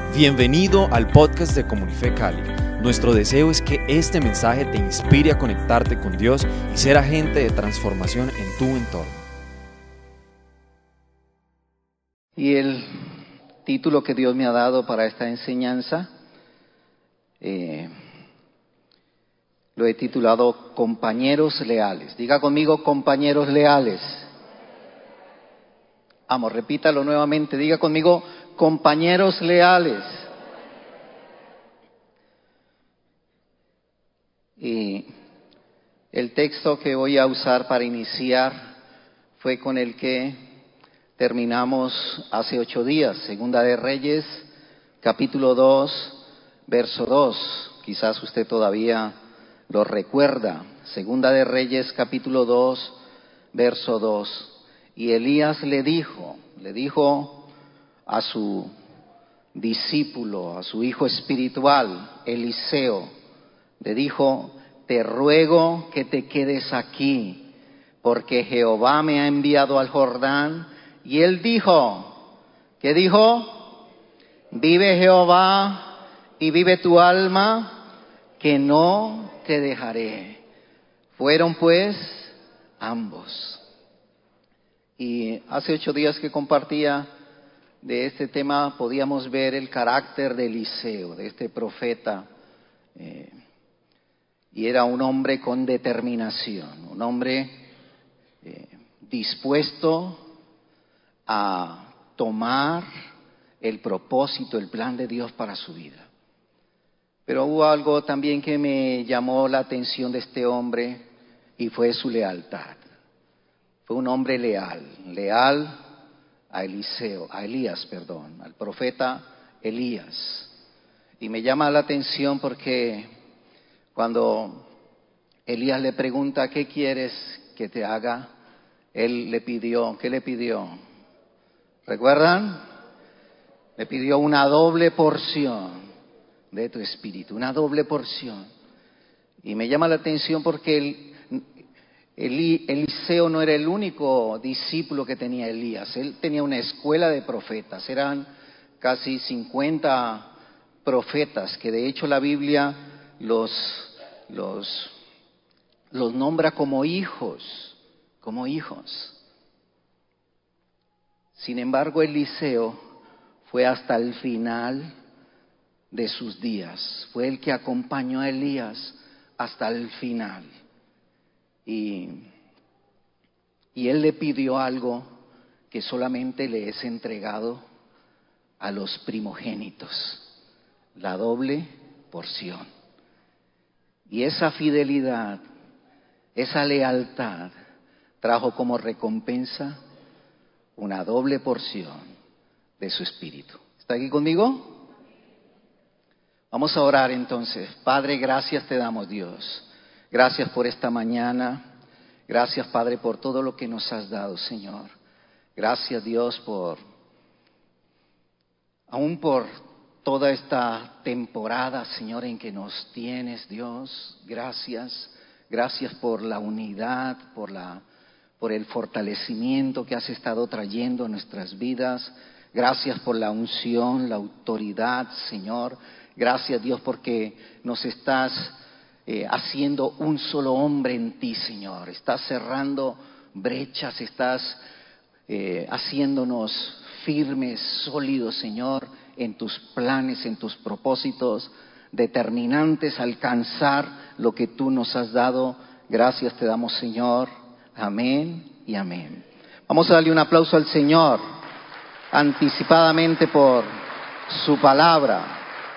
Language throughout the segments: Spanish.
Bienvenido al podcast de Comunife Cali. Nuestro deseo es que este mensaje te inspire a conectarte con Dios y ser agente de transformación en tu entorno. Y el título que Dios me ha dado para esta enseñanza lo he titulado Compañeros Leales. Diga conmigo, compañeros leales. Vamos, repítalo nuevamente. Diga conmigo, compañeros leales. Y el texto que voy a usar para iniciar fue con el que terminamos hace 8 días. Segunda de Reyes, capítulo 2, verso 2. Quizás usted todavía lo recuerda. Segunda de Reyes, capítulo 2, verso 2. Y Elías le dijo a su discípulo, a su hijo espiritual, Eliseo, le dijo: te ruego que te quedes aquí, porque Jehová me ha enviado al Jordán. Y él dijo, ¿qué dijo? Vive Jehová y vive tu alma, que no te dejaré. Fueron pues ambos. Y hace 8 días que compartía de este tema, podíamos ver el carácter de Eliseo, de este profeta. Y era un hombre con determinación, un hombre dispuesto a tomar el propósito, el plan de Dios para su vida. Pero hubo algo también que me llamó la atención de este hombre, y fue su lealtad. Fue un hombre leal a Elías, al profeta Elías. Y me llama la atención porque cuando Elías le pregunta, ¿qué quieres que te haga? Él le pidió, ¿qué le pidió? ¿Recuerdan? Le pidió una doble porción de tu espíritu, una doble porción. Y me llama la atención porque Eliseo no era el único discípulo que tenía Elías. Él tenía una escuela de profetas, eran casi 50 profetas, que de hecho la Biblia los nombra como hijos. Sin embargo, Eliseo fue hasta el final de sus días, fue el que acompañó a Elías hasta el final. Y él le pidió algo que solamente le es entregado a los primogénitos: la doble porción. Y esa fidelidad, esa lealtad, trajo como recompensa una doble porción de su espíritu. ¿Está aquí conmigo? Vamos a orar entonces. Padre, gracias te damos, Dios. Gracias por esta mañana. Gracias, Padre, por todo lo que nos has dado, Señor. Gracias, Dios, aún por toda esta temporada, Señor, en que nos tienes, Dios. Gracias. Gracias por la unidad, por el fortalecimiento que has estado trayendo a nuestras vidas. Gracias por la unción, la autoridad, Señor. Gracias, Dios, porque nos estás haciendo un solo hombre en ti, Señor. Estás cerrando brechas, estás haciéndonos firmes, sólidos, Señor, en tus planes, en tus propósitos, determinantes a alcanzar lo que tú nos has dado. Gracias te damos, Señor. Amén y amén. Vamos a darle un aplauso al Señor anticipadamente por su palabra.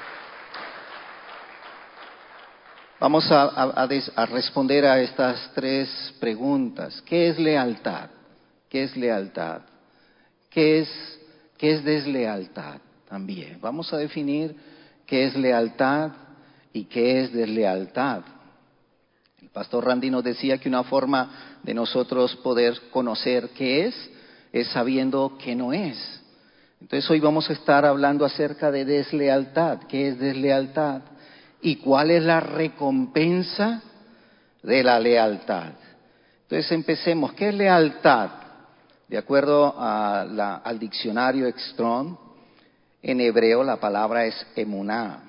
Vamos a responder a estas 3 preguntas. ¿Qué es lealtad? ¿Qué es lealtad? ¿Qué es deslealtad? También vamos a definir qué es lealtad y qué es deslealtad. El pastor Randy nos decía que una forma de nosotros poder conocer qué es sabiendo qué no es. Entonces hoy vamos a estar hablando acerca de deslealtad. ¿Qué es deslealtad? ¿Y cuál es la recompensa de la lealtad? Entonces empecemos. ¿Qué es lealtad? De acuerdo al diccionario Strong, En hebreo la palabra es emuná,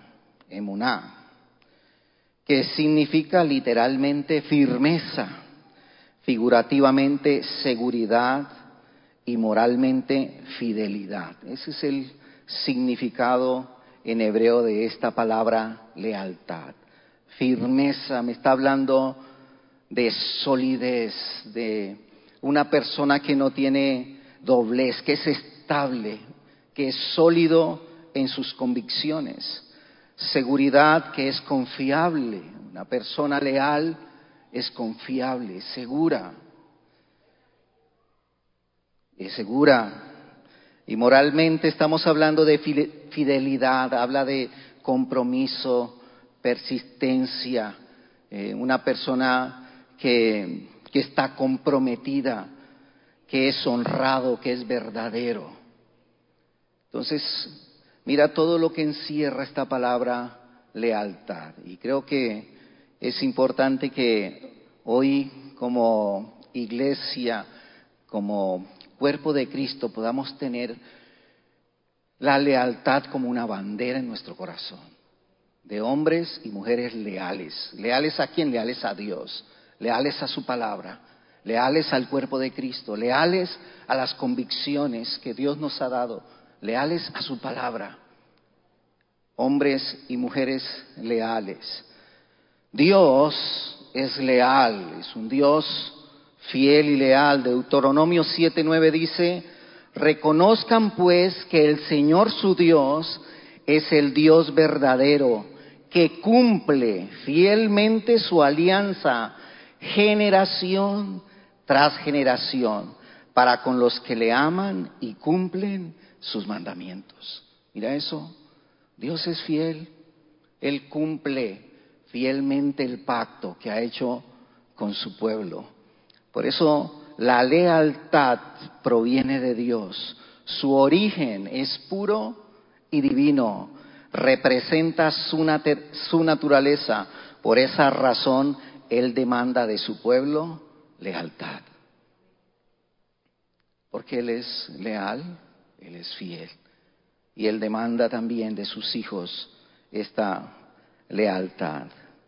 que significa literalmente firmeza, figurativamente seguridad y moralmente fidelidad. Ese es el significado en hebreo de esta palabra lealtad. Firmeza, me está hablando de solidez, de una persona que no tiene doblez, que es estable, que es sólido en sus convicciones. Seguridad, que es confiable. Una persona leal es confiable, segura. Es segura. Y moralmente estamos hablando de fidelidad, habla de compromiso, persistencia, una persona que está comprometida, que es honrado, que es verdadero. Entonces, mira todo lo que encierra esta palabra lealtad. Y creo que es importante que hoy como iglesia, como cuerpo de Cristo, podamos tener la lealtad como una bandera en nuestro corazón, de hombres y mujeres leales. ¿Leales a quién? Leales a Dios, leales a su palabra, leales al cuerpo de Cristo, leales a las convicciones que Dios nos ha dado, leales a su palabra. Hombres y mujeres leales. Dios es leal, es un Dios fiel y leal. Deuteronomio 7:9 dice: reconozcan pues que el Señor su Dios es el Dios verdadero, que cumple fielmente su alianza generación tras generación para con los que le aman y cumplen sus mandamientos. Mira eso, Dios es fiel, Él cumple fielmente el pacto que ha hecho con su pueblo. Por eso la lealtad proviene de Dios. Su origen es puro y divino. Representa su naturaleza. Por esa razón, Él demanda de su pueblo lealtad. Porque Él es leal, Él es fiel. Y Él demanda también de sus hijos esta lealtad.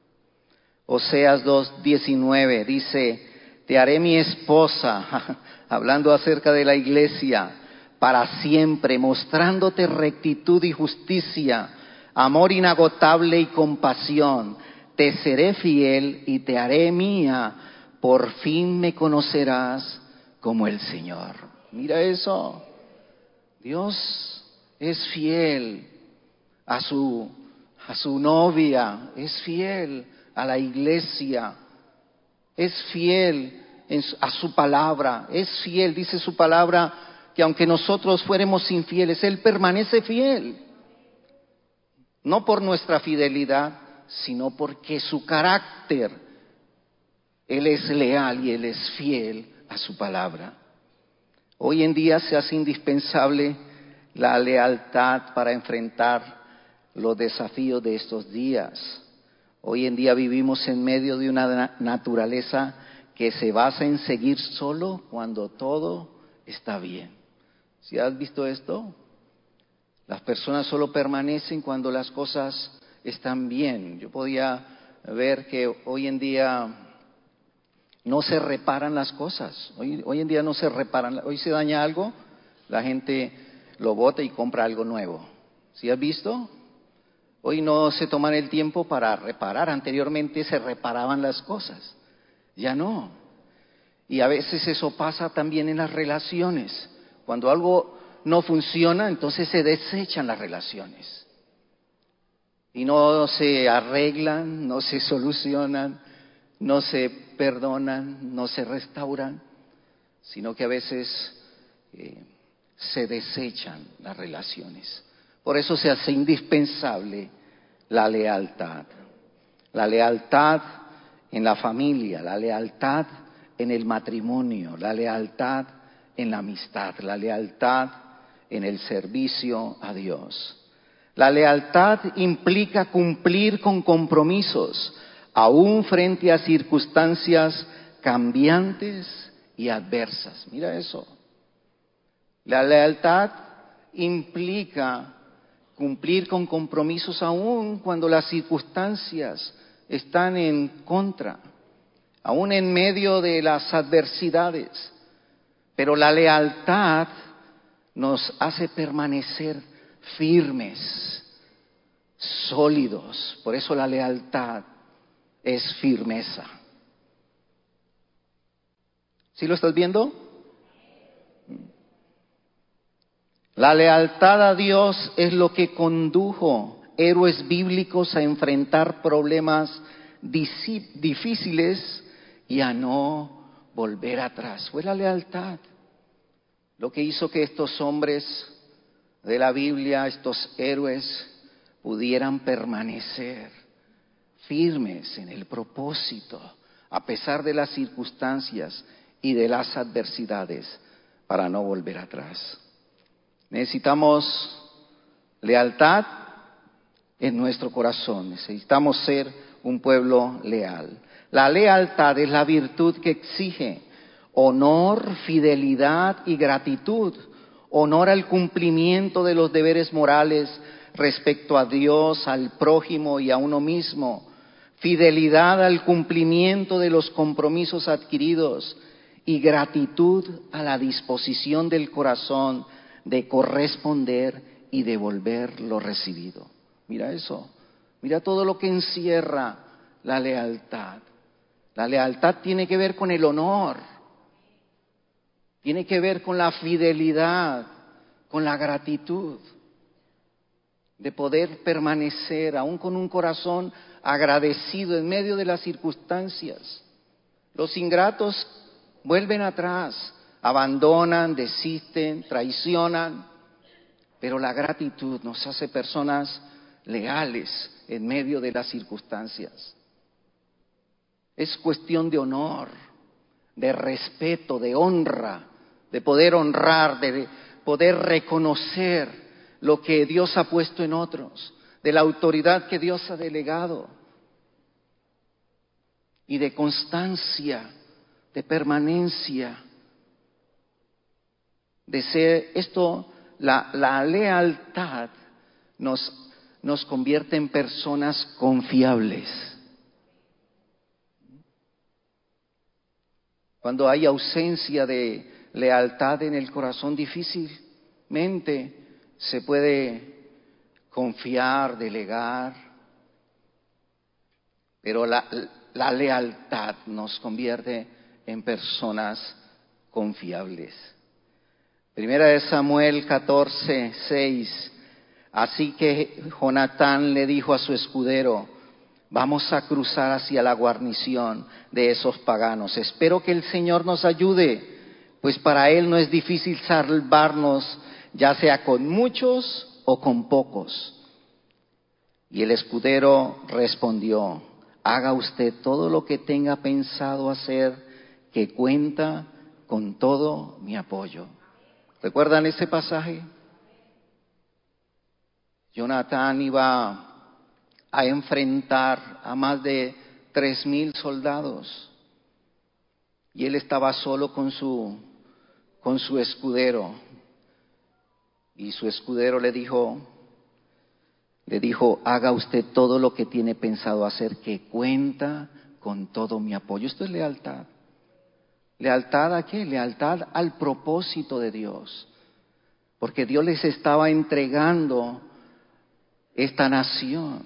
Oseas 2:19 dice: te haré mi esposa, hablando acerca de la iglesia, para siempre, mostrándote rectitud y justicia, amor inagotable y compasión. Te seré fiel y te haré mía, por fin me conocerás como el Señor. Mira eso, Dios es fiel a su novia, es fiel a la iglesia. Es fiel a su palabra, es fiel, dice su palabra, que aunque nosotros fuéramos infieles, Él permanece fiel. No por nuestra fidelidad, sino porque su carácter, Él es leal y Él es fiel a su palabra. Hoy en día se hace indispensable la lealtad para enfrentar los desafíos de estos días. Hoy en día vivimos en medio de una naturaleza que se basa en seguir solo cuando todo está bien. ¿Sí has visto esto? Las personas solo permanecen cuando las cosas están bien. Yo podía ver que hoy en día no se reparan las cosas. Hoy en día no se reparan. Hoy se daña algo, la gente lo bota y compra algo nuevo. ¿Sí has visto? Hoy no se toman el tiempo para reparar. Anteriormente se reparaban las cosas. Ya no. Y a veces eso pasa también en las relaciones. Cuando algo no funciona, entonces se desechan las relaciones. Y no se arreglan, no se solucionan, no se perdonan, no se restauran, sino que a veces se desechan las relaciones. Por eso se hace indispensable la lealtad. La lealtad en la familia, la lealtad en el matrimonio, la lealtad en la amistad, la lealtad en el servicio a Dios. La lealtad implica cumplir con compromisos, aún frente a circunstancias cambiantes y adversas. Mira eso. La lealtad implica cumplir con compromisos aún cuando las circunstancias están en contra, aún en medio de las adversidades. Pero la lealtad nos hace permanecer firmes, sólidos. Por eso la lealtad es firmeza. ¿Sí lo estás viendo? La lealtad a Dios es lo que condujo héroes bíblicos a enfrentar problemas difíciles y a no volver atrás. Fue la lealtad lo que hizo que estos hombres de la Biblia, estos héroes, pudieran permanecer firmes en el propósito, a pesar de las circunstancias y de las adversidades, para no volver atrás. Necesitamos lealtad en nuestro corazón, necesitamos ser un pueblo leal. La lealtad es la virtud que exige honor, fidelidad y gratitud. Honor al cumplimiento de los deberes morales respecto a Dios, al prójimo y a uno mismo. Fidelidad al cumplimiento de los compromisos adquiridos y gratitud a la disposición del corazón de corresponder y devolver lo recibido. Mira eso, mira todo lo que encierra la lealtad. La lealtad tiene que ver con el honor, tiene que ver con la fidelidad, con la gratitud, de poder permanecer aún con un corazón agradecido en medio de las circunstancias. Los ingratos vuelven atrás, abandonan, desisten, traicionan, pero la gratitud nos hace personas leales en medio de las circunstancias. Es cuestión de honor, de respeto, de honra, de poder honrar, de poder reconocer lo que Dios ha puesto en otros, de la autoridad que Dios ha delegado, y de constancia, de permanencia, de ser esto, la lealtad nos convierte en personas confiables. Cuando hay ausencia de lealtad en el corazón, difícilmente se puede confiar, delegar, pero la lealtad nos convierte en personas confiables. Primera de Samuel 14:6. Así que Jonatán le dijo a su escudero: vamos a cruzar hacia la guarnición de esos paganos. Espero que el Señor nos ayude, pues para Él no es difícil salvarnos, ya sea con muchos o con pocos. Y el escudero respondió: haga usted todo lo que tenga pensado hacer, que cuenta con todo mi apoyo. ¿Recuerdan ese pasaje? Jonatán iba a enfrentar a más de 3,000 soldados y él estaba solo con su escudero, y su escudero le dijo, haga usted todo lo que tiene pensado hacer, que cuenta con todo mi apoyo. Esto es lealtad. ¿Lealtad a qué? Lealtad al propósito de Dios, porque Dios les estaba entregando esta nación.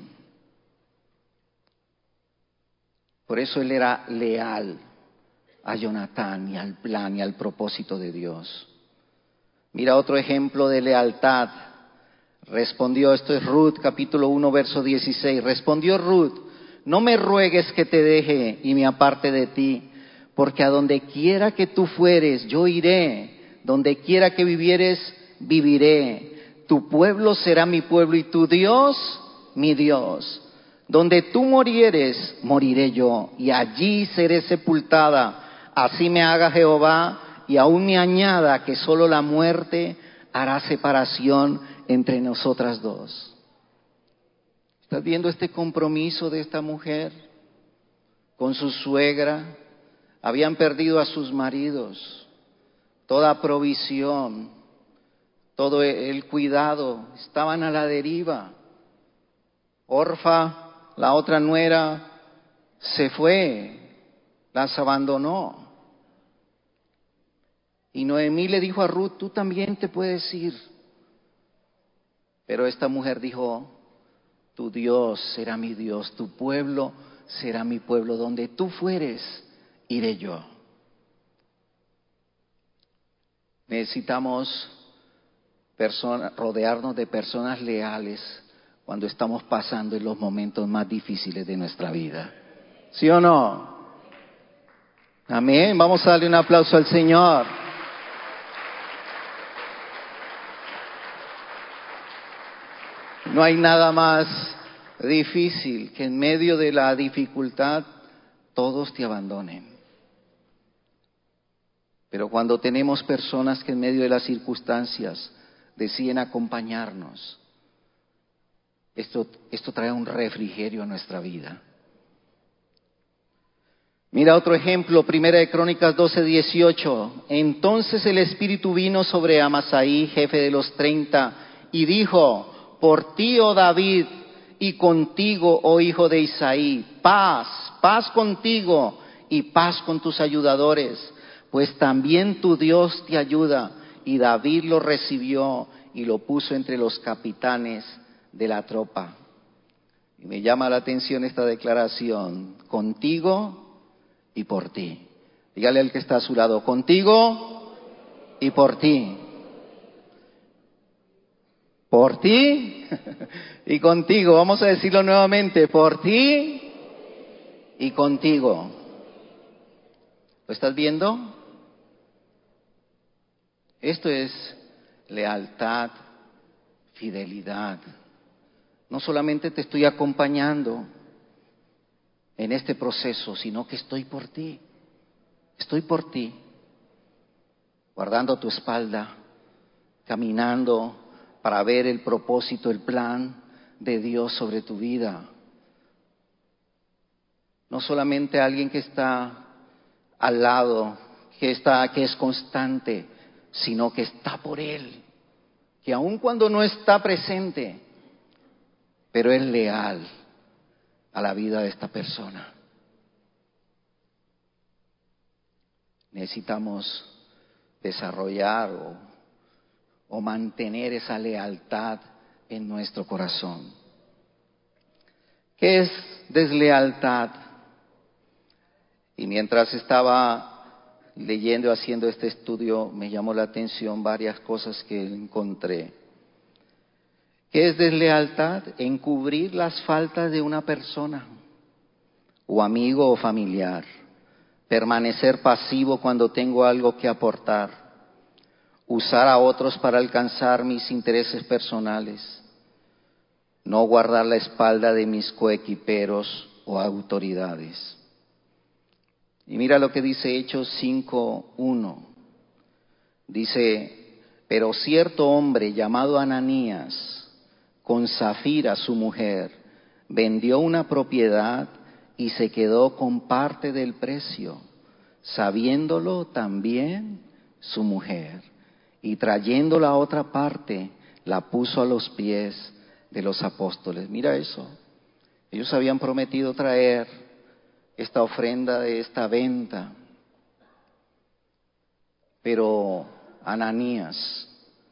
Por eso él era leal a Jonatán y al plan y al propósito de Dios. Mira otro ejemplo de lealtad. Respondió, esto es Ruth capítulo 1 verso 16. Respondió Ruth: no me ruegues que te deje y me aparte de ti, porque a donde quiera que tú fueres, yo iré. Donde quiera que vivieres, viviré. Tu pueblo será mi pueblo y tu Dios, mi Dios. Donde tú murieres, moriré yo, y allí seré sepultada. Así me haga Jehová, y aún me añada que solo la muerte hará separación entre nosotras dos. ¿Estás viendo este compromiso de esta mujer con su suegra? Habían perdido a sus maridos, toda provisión, todo el cuidado, estaban a la deriva. Orfa, la otra nuera, se fue, las abandonó. Y Noemí le dijo a Ruth, tú también te puedes ir. Pero esta mujer dijo, tu Dios será mi Dios, tu pueblo será mi pueblo, donde tú fueres, iré yo. Necesitamos rodearnos de personas leales cuando estamos pasando en los momentos más difíciles de nuestra vida. ¿Sí o no? Amén. Vamos a darle un aplauso al Señor. No hay nada más difícil que en medio de la dificultad todos te abandonen. Pero cuando tenemos personas que en medio de las circunstancias deciden acompañarnos, esto trae un refrigerio a nuestra vida. Mira otro ejemplo, Primera de Crónicas 12:18. Entonces el Espíritu vino sobre Amasai, jefe de los 30, y dijo, por ti, oh David, y contigo, oh hijo de Isaí, paz contigo y paz con tus ayudadores, pues también tu Dios te ayuda. Y David lo recibió y lo puso entre los capitanes de la tropa. Y me llama la atención esta declaración, contigo y por ti. Dígale al que está a su lado, contigo y por ti. Por ti y contigo. Vamos a decirlo nuevamente, por ti y contigo. ¿Lo estás viendo? Esto es lealtad, fidelidad. No solamente te estoy acompañando en este proceso, sino que estoy por ti, guardando tu espalda, caminando para ver el propósito, el plan de Dios sobre tu vida. No solamente alguien que está al lado, que es constante, sino que está por Él, que aun cuando no está presente, pero es leal a la vida de esta persona. Necesitamos desarrollar o mantener esa lealtad en nuestro corazón. ¿Qué es deslealtad? Y mientras estaba leyendo, haciendo este estudio, me llamó la atención varias cosas que encontré. ¿Qué es deslealtad? Encubrir las faltas de una persona, o amigo o familiar. Permanecer pasivo cuando tengo algo que aportar. Usar a otros para alcanzar mis intereses personales. No guardar la espalda de mis coequiperos o autoridades. Y mira lo que dice Hechos 5:1. Dice, pero cierto hombre llamado Ananías, con Zafira su mujer, vendió una propiedad y se quedó con parte del precio, sabiéndolo también su mujer. Y trayendo la otra parte, la puso a los pies de los apóstoles. Mira eso. Ellos habían prometido traer esta ofrenda de esta venta. Pero Ananías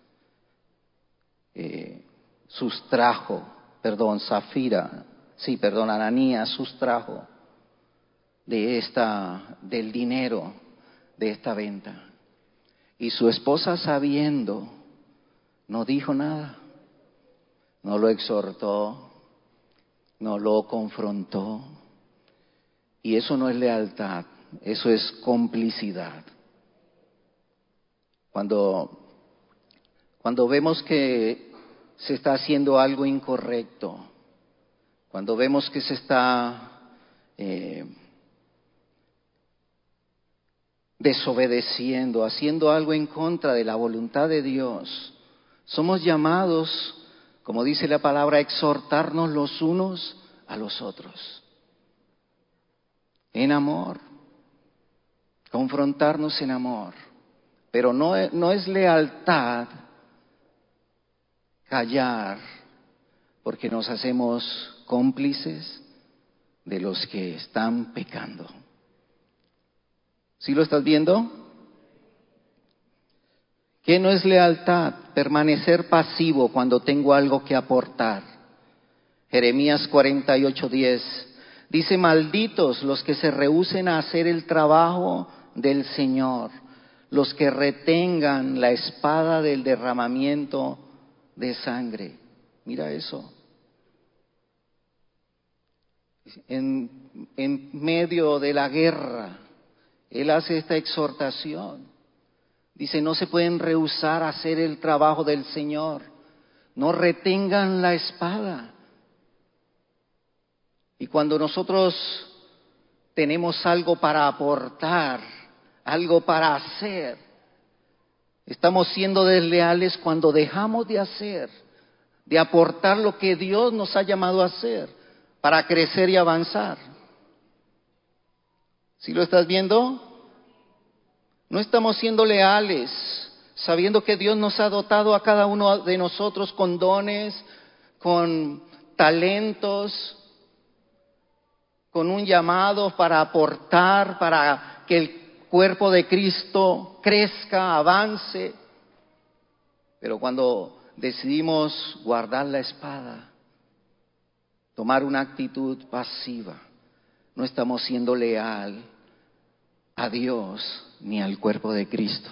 Ananías sustrajo del dinero de esta venta. Y su esposa, sabiendo, no dijo nada, no lo exhortó, no lo confrontó. Y eso no es lealtad, eso es complicidad. Cuando vemos que se está haciendo algo incorrecto, cuando vemos que se está desobedeciendo, haciendo algo en contra de la voluntad de Dios, somos llamados, como dice la palabra, a exhortarnos los unos a los otros. En amor, confrontarnos en amor, pero no es lealtad callar porque nos hacemos cómplices de los que están pecando. ¿Sí lo estás viendo? ¿Qué no es lealtad? Permanecer pasivo cuando tengo algo que aportar. Jeremías 48:10 dice: malditos los que se rehúsen a hacer el trabajo del Señor, los que retengan la espada del derramamiento de sangre. Mira eso. En medio de la guerra, Él hace esta exhortación. Dice, no se pueden rehusar a hacer el trabajo del Señor. No retengan la espada. Y cuando nosotros tenemos algo para aportar, algo para hacer, estamos siendo desleales cuando dejamos de hacer, de aportar lo que Dios nos ha llamado a hacer para crecer y avanzar. ¿Sí lo estás viendo? No estamos siendo leales, sabiendo que Dios nos ha dotado a cada uno de nosotros con dones, con talentos, con un llamado para aportar, para que el cuerpo de Cristo crezca, avance. Pero cuando decidimos guardar la espada, tomar una actitud pasiva, no estamos siendo leal a Dios ni al cuerpo de Cristo.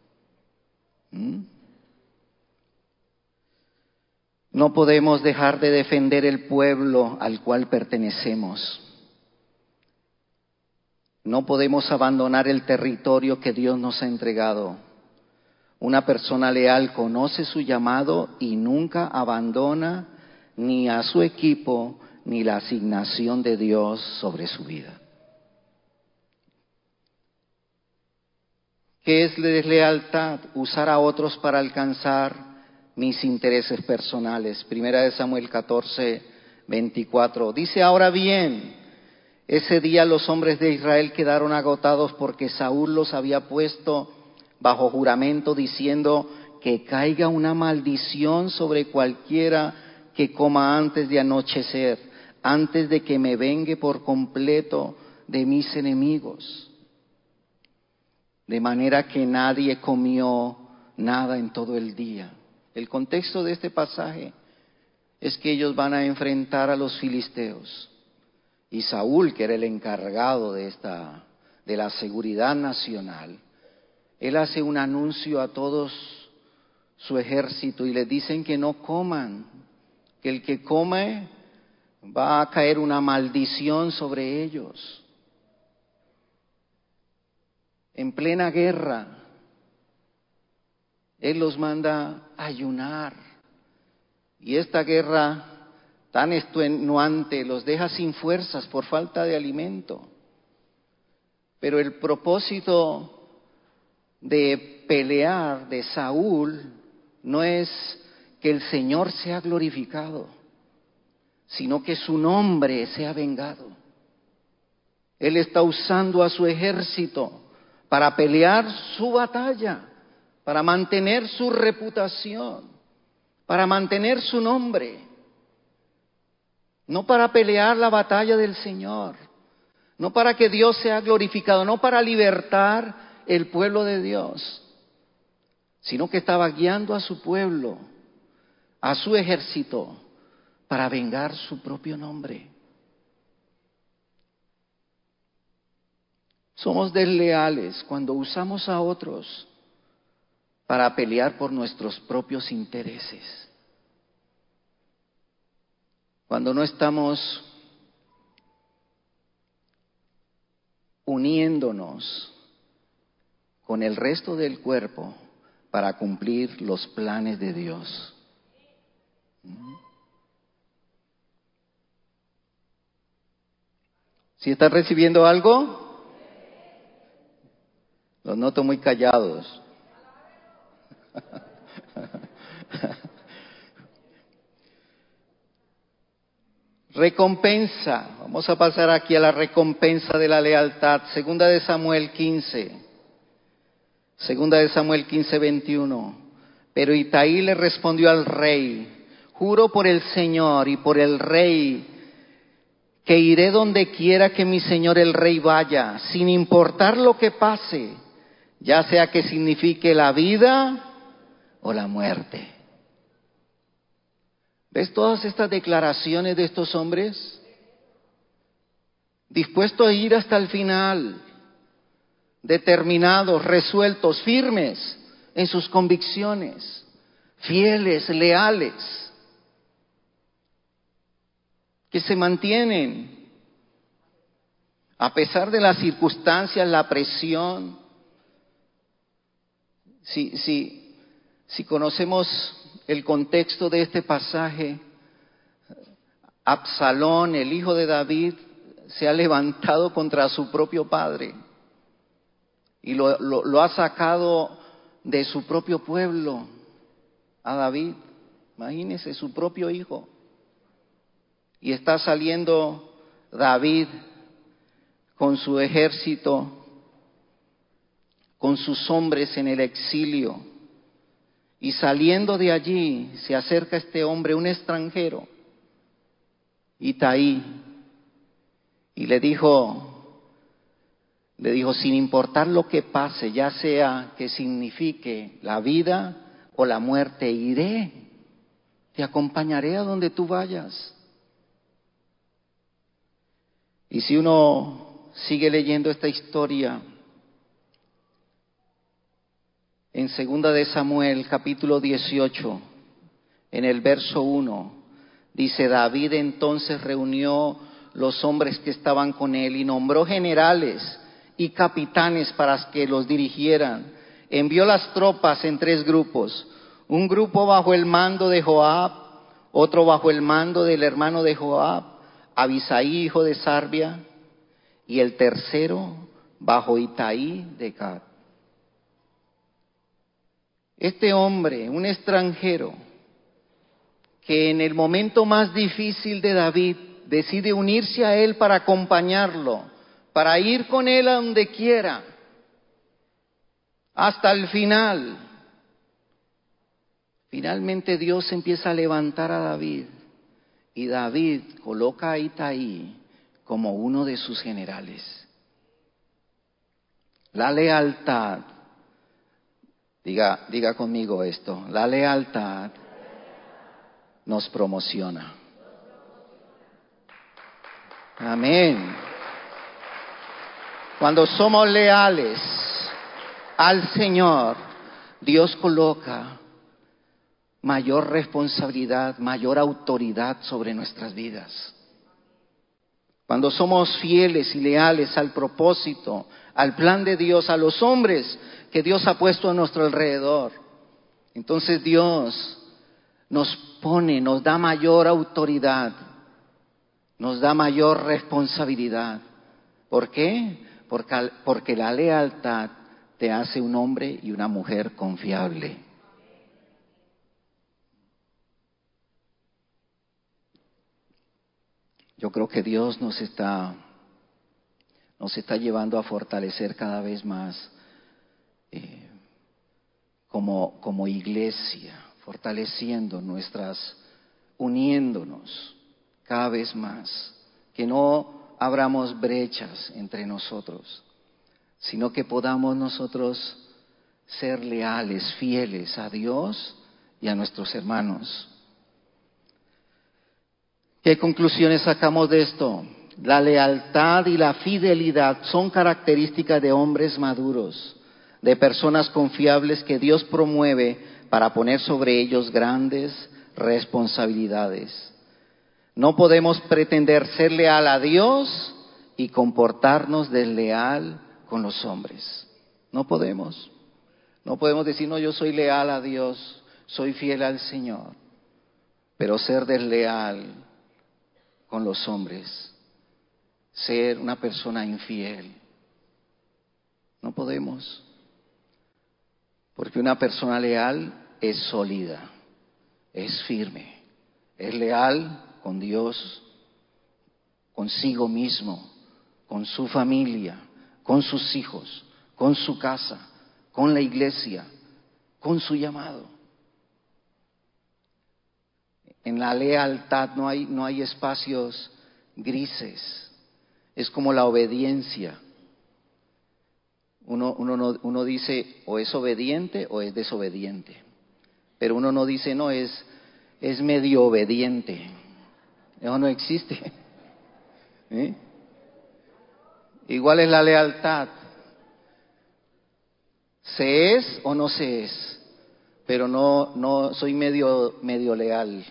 No podemos dejar de defender el pueblo al cual pertenecemos. No podemos abandonar el territorio que Dios nos ha entregado. Una persona leal conoce su llamado y nunca abandona ni a su equipo ni la asignación de Dios sobre su vida. ¿Qué es deslealtad? Usar a otros para alcanzar mis intereses personales. Primera de Samuel 14:24. Dice, ahora bien, ese día los hombres de Israel quedaron agotados porque Saúl los había puesto bajo juramento diciendo que caiga una maldición sobre cualquiera que coma antes de anochecer, antes de que me vengue por completo de mis enemigos. De manera que nadie comió nada en todo el día. El contexto de este pasaje es que ellos van a enfrentar a los filisteos. Y Saúl, que era el encargado de la seguridad nacional, él hace un anuncio a todos su ejército y les dicen que no coman, que el que come va a caer una maldición sobre ellos. En plena guerra, Él los manda a ayunar. Y esta guerra tan extenuante los deja sin fuerzas por falta de alimento. Pero el propósito de pelear de Saúl no es que el Señor sea glorificado, sino que su nombre sea vengado. Él está usando a su ejército para pelear su batalla, para mantener su reputación, para mantener su nombre, no para pelear la batalla del Señor, no para que Dios sea glorificado, no para libertar el pueblo de Dios, sino que estaba guiando a su pueblo, a su ejército, para vengar su propio nombre. Somos desleales cuando usamos a otros para pelear por nuestros propios intereses. Cuando no estamos uniéndonos con el resto del cuerpo para cumplir los planes de Dios. ¿Sí están recibiendo algo? Los noto muy callados. Recompensa. Vamos a pasar aquí a la recompensa de la lealtad. Segunda de Samuel 15. Segunda de Samuel 15:21. Pero Itaí le respondió al rey: juro por el Señor y por el rey que iré donde quiera que mi señor el rey vaya, sin importar lo que pase, ya sea que signifique la vida o la muerte. ¿Ves todas estas declaraciones de estos hombres? Dispuestos a ir hasta el final, determinados, resueltos, firmes en sus convicciones, fieles, leales, que se mantienen a pesar de las circunstancias, la presión. Si conocemos el contexto de este pasaje, Absalón, el hijo de David, se ha levantado contra su propio padre y lo ha sacado de su propio pueblo a David. Imagínese, su propio hijo. Y está saliendo David con su ejército, con sus hombres en el exilio. Y saliendo de allí se acerca este hombre, un extranjero, Itaí, y le dijo, sin importar lo que pase, ya sea que signifique la vida o la muerte, iré, te acompañaré a donde tú vayas. Y si uno sigue leyendo esta historia, en 2 de Samuel, capítulo 18, en el verso 1, dice: David entonces reunió los hombres que estaban con él y nombró generales y capitanes para que los dirigieran. Envió las tropas en 3 grupos, un grupo bajo el mando de Joab, otro bajo el mando del hermano de Joab, Abisai, hijo de Sarbia, y el tercero bajo Itaí de Gat. Este hombre, un extranjero, que en el momento más difícil de David decide unirse a él para acompañarlo, para ir con él a donde quiera, hasta el final. Finalmente Dios empieza a levantar a David, y David coloca a Itaí como uno de sus generales. La lealtad, diga conmigo esto, la lealtad nos promociona. Amén. Cuando somos leales al Señor, Dios coloca mayor responsabilidad, mayor autoridad sobre nuestras vidas. Cuando somos fieles y leales al propósito, al plan de Dios, a los hombres que Dios ha puesto a nuestro alrededor, entonces Dios nos pone, nos da mayor autoridad, nos da mayor responsabilidad. ¿Por qué? Porque la lealtad te hace un hombre y una mujer confiable. Yo creo que Dios nos está llevando a fortalecer cada vez más como iglesia, fortaleciendo uniéndonos cada vez más, que no abramos brechas entre nosotros, sino que podamos nosotros ser leales, fieles a Dios y a nuestros hermanos. ¿Qué conclusiones sacamos de esto? La lealtad y la fidelidad son características de hombres maduros, de personas confiables que Dios promueve para poner sobre ellos grandes responsabilidades. No podemos pretender ser leal a Dios y comportarnos desleal con los hombres. No podemos. No podemos decir, no, yo soy leal a Dios, soy fiel al Señor, pero ser desleal con los hombres, ser una persona infiel. No podemos, porque una persona leal es sólida, es firme, es leal con Dios, consigo mismo, con su familia, con sus hijos, con su casa, con la iglesia, con su llamado. En la lealtad no hay espacios grises. Es como la obediencia. Uno dice o es obediente o es desobediente. Pero uno no dice no, es medio obediente. Eso no existe. ¿Eh? Igual es la lealtad. Se es o no se es, pero no soy medio leal.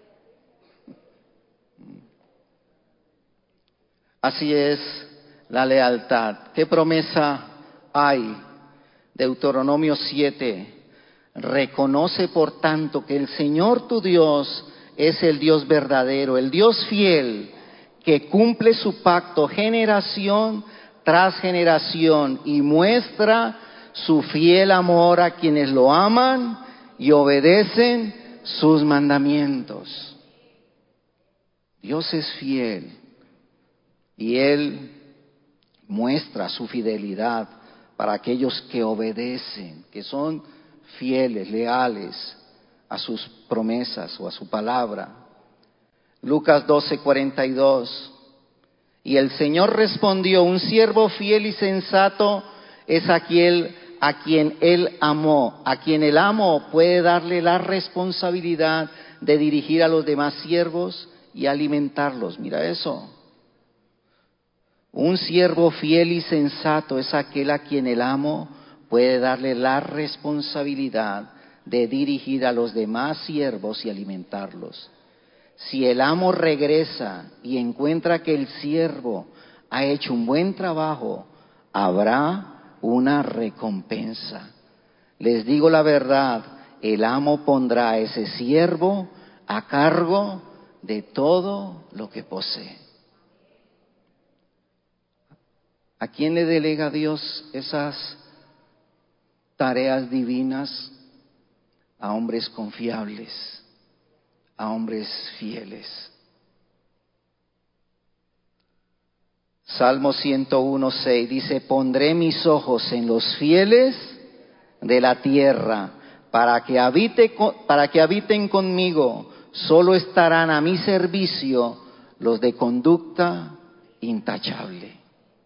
Así es la lealtad. ¿Qué promesa hay? Deuteronomio 7. Reconoce por tanto que el Señor tu Dios es el Dios verdadero, el Dios fiel, que cumple su pacto generación tras generación y muestra su fiel amor a quienes lo aman y obedecen sus mandamientos. Dios es fiel y Él muestra su fidelidad para aquellos que obedecen, que son fieles, leales a sus promesas o a su palabra. Lucas 12:42. Y el Señor respondió: un siervo fiel y sensato es aquel a quien Él amó. A quien el amo puede darle la responsabilidad de dirigir a los demás siervos y alimentarlos. Mira eso. Un siervo fiel y sensato es aquel a quien el amo puede darle la responsabilidad de dirigir a los demás siervos y alimentarlos. Si el amo regresa y encuentra que el siervo ha hecho un buen trabajo, habrá una recompensa. Les digo la verdad, el amo pondrá a ese siervo a cargo de todo lo que posee. ¿A quién le delega Dios esas tareas divinas? A hombres confiables, a hombres fieles. Salmo 101:6 dice: pondré mis ojos en los fieles de la tierra, para que habiten conmigo. Solo estarán a mi servicio los de conducta intachable.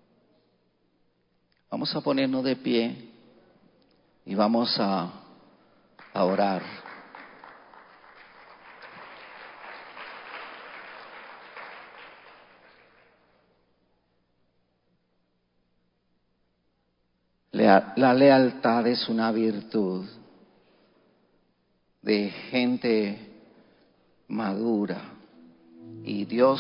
Vamos a ponernos de pie y vamos a orar. La lealtad es una virtud de gente madura y Dios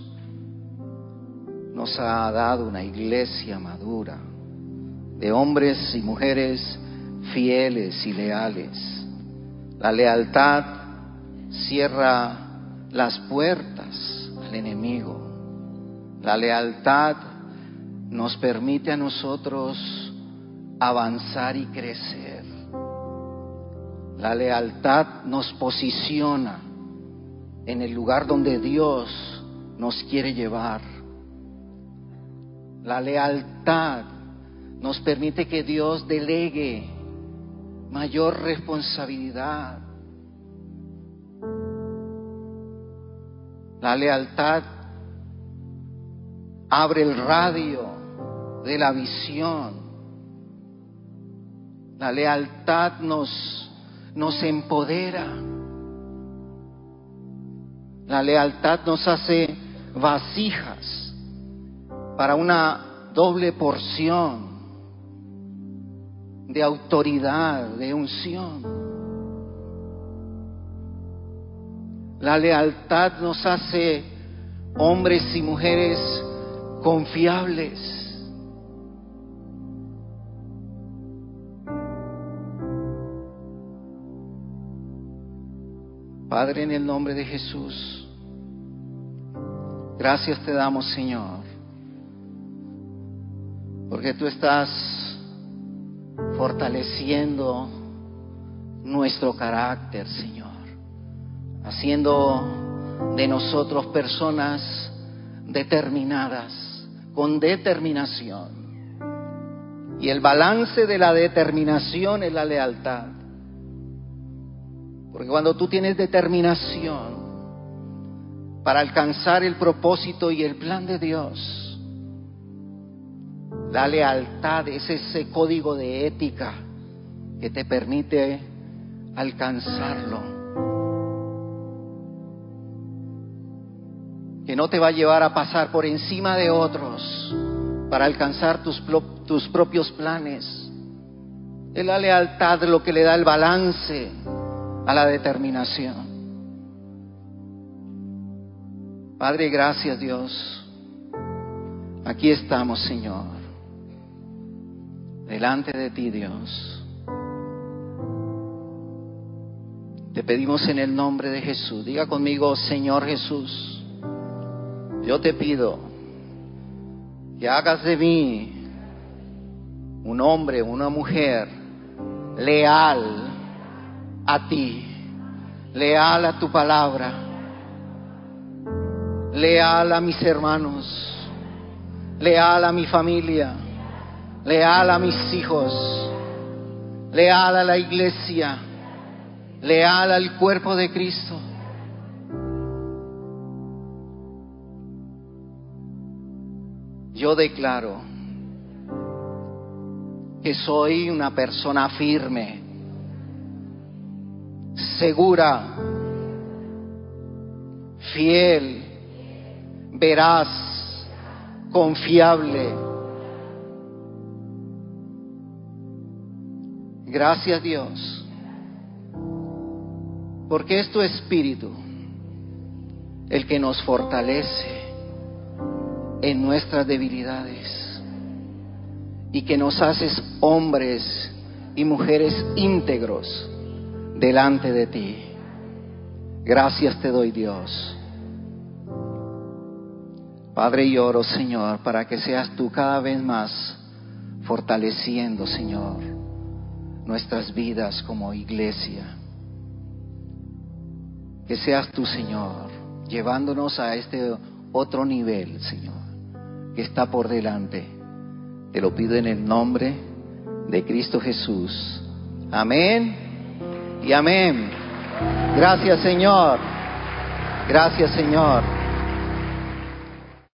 nos ha dado una iglesia madura de hombres y mujeres fieles y leales. La lealtad cierra las puertas al enemigo. La lealtad nos permite a nosotros avanzar y crecer. La lealtad nos posiciona en el lugar donde Dios nos quiere llevar. La lealtad nos permite que Dios delegue mayor responsabilidad. La lealtad abre el radio de la visión. La lealtad nos empodera. La lealtad nos hace vasijas para una doble porción de autoridad, de unción. La lealtad nos hace hombres y mujeres confiables. Padre, en el nombre de Jesús, gracias te damos, Señor, porque tú estás fortaleciendo nuestro carácter, Señor, haciendo de nosotros personas determinadas, con determinación. Y el balance de la determinación es la lealtad. Porque cuando tú tienes determinación, para alcanzar el propósito y el plan de Dios. La lealtad es ese código de ética que te permite alcanzarlo, que no te va a llevar a pasar por encima de otros para alcanzar tus propios planes. Es la lealtad lo que le da el balance a la determinación. Padre, gracias, Dios. Aquí estamos, Señor, delante de ti, Dios. Te pedimos en el nombre de Jesús. Diga conmigo: Señor Jesús, yo te pido que hagas de mí un hombre, una mujer leal a ti, leal a tu palabra, leal a mis hermanos, leal a mi familia, leal a mis hijos, leal a la iglesia, leal al cuerpo de Cristo. Yo declaro que soy una persona firme, segura, fiel, veraz, confiable. Gracias, Dios, porque es tu Espíritu el que nos fortalece en nuestras debilidades y que nos haces hombres y mujeres íntegros delante de ti. Gracias te doy, Dios. Padre, y oro, Señor, para que seas tú cada vez más fortaleciendo, Señor, nuestras vidas como iglesia. Que seas tú, Señor, llevándonos a este otro nivel, Señor, que está por delante. Te lo pido en el nombre de Cristo Jesús. Amén y amén. Gracias, Señor. Gracias, Señor.